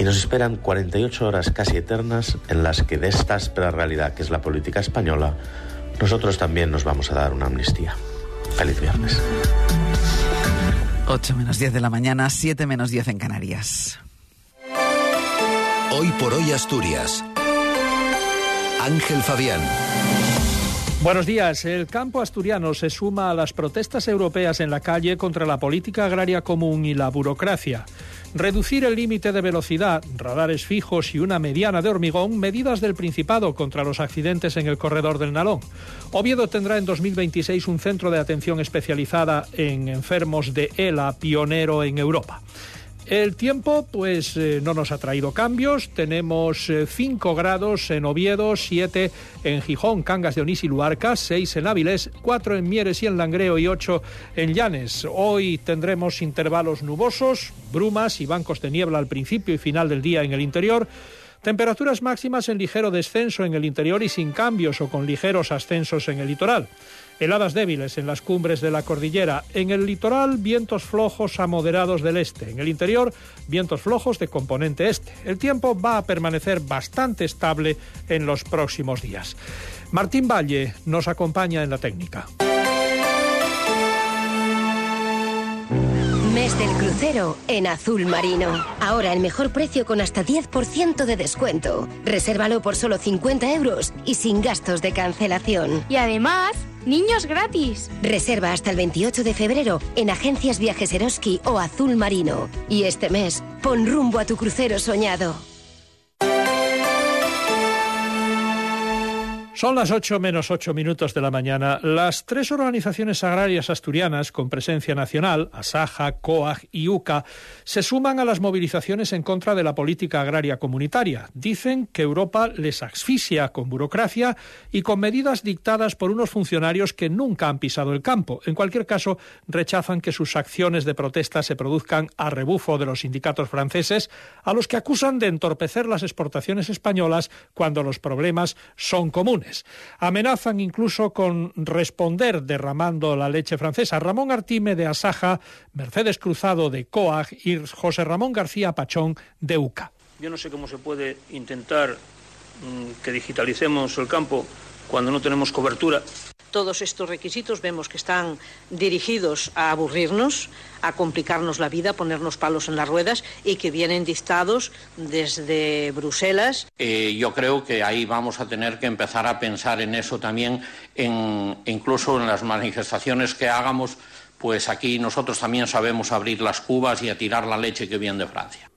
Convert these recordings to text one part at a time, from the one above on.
nos esperan 48 horas casi eternas en las que de esta áspera realidad que es la política española, nosotros también nos vamos a dar una amnistía. Feliz viernes. 8 menos 10 de la mañana, 7 menos 10 en Canarias. Hoy por hoy Asturias. Ángel Fabián. Buenos días. El campo asturiano se suma a las protestas europeas en la calle contra la política agraria común y la burocracia. Reducir el límite de velocidad, radares fijos y una mediana de hormigón, medidas del Principado contra los accidentes en el corredor del Nalón. Oviedo tendrá en 2026 un centro de atención especializada en enfermos de ELA, pionero en Europa. El tiempo, no nos ha traído cambios. Tenemos 5 grados en Oviedo, 7 en Gijón, Cangas de Onís y Luarca, 6 en Áviles, 4 en Mieres y en Langreo y 8 en Llanes. Hoy tendremos intervalos nubosos, brumas y bancos de niebla al principio y final del día en el interior. Temperaturas máximas en ligero descenso en el interior y sin cambios o con ligeros ascensos en el litoral. Heladas débiles en las cumbres de la cordillera. En el litoral, vientos flojos a moderados del este. En el interior, vientos flojos de componente este. El tiempo va a permanecer bastante estable en los próximos días. Martín Valle nos acompaña en la técnica. Mes del crucero en azul marino. Ahora el mejor precio con hasta 10% de descuento. Resérvalo por solo 50 euros y sin gastos de cancelación. Y además, niños gratis. Reserva hasta el 28 de febrero en Agencias Viajes Eroski o Azul Marino. Y este mes, pon rumbo a tu crucero soñado. Son las 8 menos 8 minutos de la mañana. Las 3 organizaciones agrarias asturianas con presencia nacional, Asaja, COAG y UCA, se suman a las movilizaciones en contra de la política agraria comunitaria. Dicen que Europa les asfixia con burocracia y con medidas dictadas por unos funcionarios que nunca han pisado el campo. En cualquier caso, rechazan que sus acciones de protesta se produzcan a rebufo de los sindicatos franceses, a los que acusan de entorpecer las exportaciones españolas cuando los problemas son comunes. Amenazan incluso con responder derramando la leche francesa. Ramón Artime de Asaja, Mercedes Cruzado de COAG y José Ramón García Pachón de UCA. Yo no sé cómo se puede intentar que digitalicemos el campo cuando no tenemos cobertura. Todos estos requisitos vemos que están dirigidos a aburrirnos, a complicarnos la vida, a ponernos palos en las ruedas y que vienen dictados desde Bruselas. Yo creo que ahí vamos a tener que empezar a pensar en eso también, incluso en las manifestaciones que hagamos, pues aquí nosotros también sabemos abrir las cubas y a tirar la leche que viene de Francia.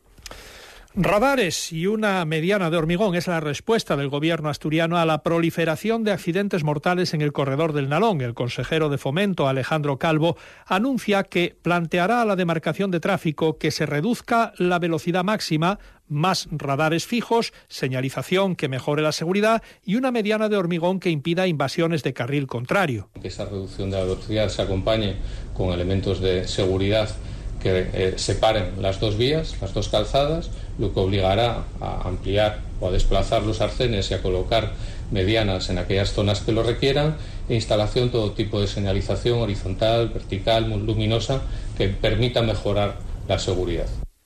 Radares y una mediana de hormigón es la respuesta del gobierno asturiano a la proliferación de accidentes mortales en el corredor del Nalón. El consejero de Fomento, Alejandro Calvo, anuncia que planteará a la demarcación de tráfico que se reduzca la velocidad máxima, más radares fijos, señalización que mejore la seguridad y una mediana de hormigón que impida invasiones de carril contrario. Que esa reducción de la velocidad se acompañe con elementos de seguridad que separen las dos vías, las dos calzadas, lo que obligará a ampliar o a desplazar los arcenes y a colocar medianas en aquellas zonas que lo requieran, e instalación de todo tipo de señalización horizontal, vertical, luminosa, que permita mejorar la seguridad.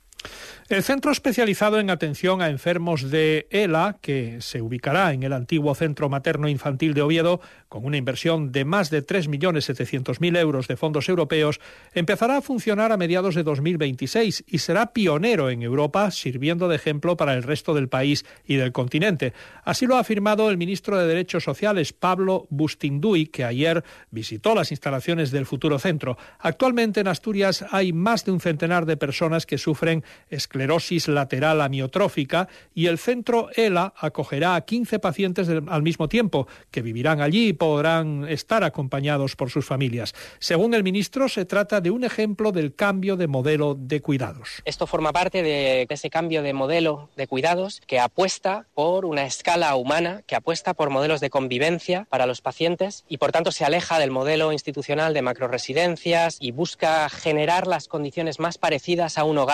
El centro especializado en atención a enfermos de ELA, que se ubicará en el antiguo Centro Materno Infantil de Oviedo, con una inversión de más de 3.700.000 euros de fondos europeos, empezará a funcionar a mediados de 2026 y será pionero en Europa, sirviendo de ejemplo para el resto del país y del continente. Así lo ha afirmado el ministro de Derechos Sociales, Pablo Bustinduy, que ayer visitó las instalaciones del futuro centro. Actualmente en Asturias hay más de un centenar de personas que sufren esclerosis lateral amiotrófica y el centro ELA acogerá a 15 pacientes al mismo tiempo, que vivirán allí y podrán estar acompañados por sus familias. Según el ministro, se trata de un ejemplo del cambio de modelo de cuidados. Esto forma parte de ese cambio de modelo de cuidados que apuesta por una escala humana, que apuesta por modelos de convivencia para los pacientes y por tanto se aleja del modelo institucional de macroresidencias y busca generar las condiciones más parecidas a un hogar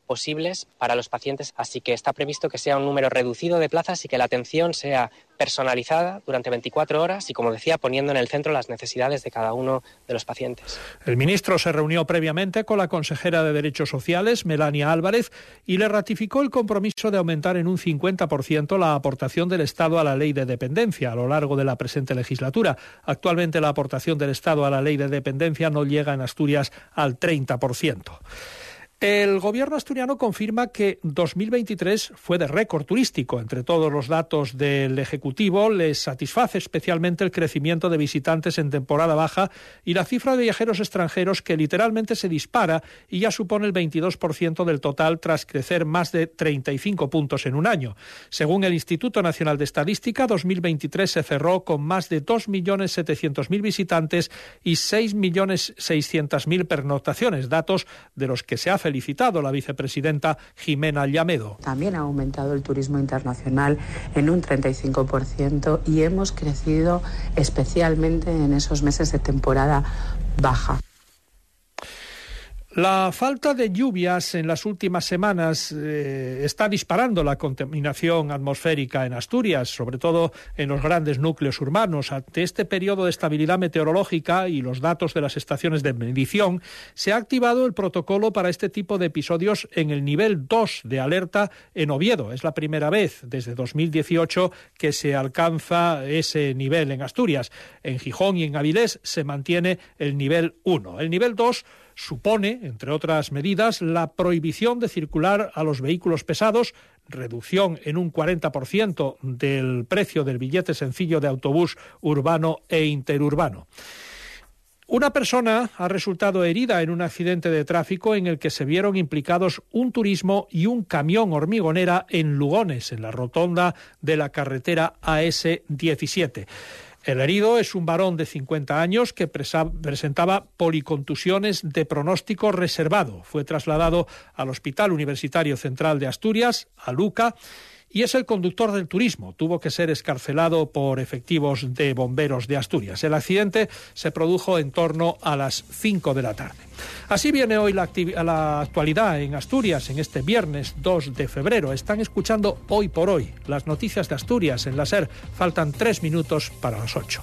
posibles para los pacientes, así que está previsto que sea un número reducido de plazas y que la atención sea personalizada durante 24 horas y, como decía, poniendo en el centro las necesidades de cada uno de los pacientes. El ministro se reunió previamente con la consejera de Derechos Sociales, Melania Álvarez, y le ratificó el compromiso de aumentar en un 50% la aportación del Estado a la Ley de Dependencia a lo largo de la presente legislatura. Actualmente la aportación del Estado a la Ley de Dependencia no llega en Asturias al 30%. El gobierno asturiano confirma que 2023 fue de récord turístico. Entre todos los datos del Ejecutivo, les satisface especialmente el crecimiento de visitantes en temporada baja y la cifra de viajeros extranjeros, que literalmente se dispara y ya supone el 22% del total, tras crecer más de 35 puntos en un año. Según el Instituto Nacional de Estadística, 2023 se cerró con más de 2.700.000 visitantes y 6.600.000 pernoctaciones, datos de los que se ha felicitado la vicepresidenta Jimena Llamedo. También ha aumentado el turismo internacional en un 35% y hemos crecido especialmente en esos meses de temporada baja. La falta de lluvias en las últimas semanas está disparando la contaminación atmosférica en Asturias, sobre todo en los grandes núcleos urbanos. Ante este periodo de estabilidad meteorológica y los datos de las estaciones de medición, se ha activado el protocolo para este tipo de episodios en el nivel 2 de alerta en Oviedo. Es la primera vez desde 2018 que se alcanza ese nivel en Asturias. En Gijón y en Avilés se mantiene el nivel 1. El nivel 2 supone, entre otras medidas, la prohibición de circular a los vehículos pesados, reducción en un 40% del precio del billete sencillo de autobús urbano e interurbano. Una persona ha resultado herida en un accidente de tráfico en el que se vieron implicados un turismo y un camión hormigonera en Lugones, en la rotonda de la carretera AS17. El herido es un varón de 50 años que presentaba policontusiones de pronóstico reservado. Fue trasladado al Hospital Universitario Central de Asturias, a Luca, y es el conductor del turismo. Tuvo que ser excarcelado por efectivos de bomberos de Asturias. El accidente se produjo en torno a las 5 de la tarde. Así viene hoy la actualidad en Asturias en este viernes 2 de febrero. Están escuchando Hoy por Hoy, las noticias de Asturias en la SER. Faltan 3 minutos para las 8.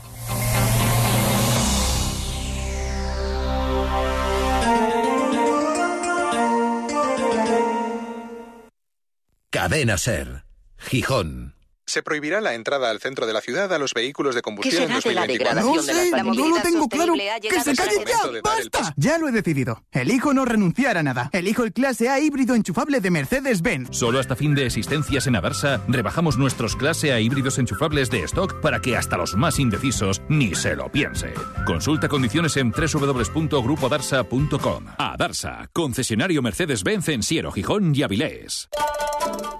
Cadena SER. Gijón. Se prohibirá la entrada al centro de la ciudad a los vehículos de combustión en 2024. No sé, no lo tengo claro. ¡Que se calle ya! ¡Basta! Ya lo he decidido. Elijo no renunciar a nada. Elijo el clase A híbrido enchufable de Mercedes-Benz. Solo hasta fin de existencias en Adarsa rebajamos nuestros clase A híbridos enchufables de stock para que hasta los más indecisos ni se lo piense. Consulta condiciones en www.grupodarsa.com. Adarsa, concesionario Mercedes-Benz en Siero, Gijón y Avilés.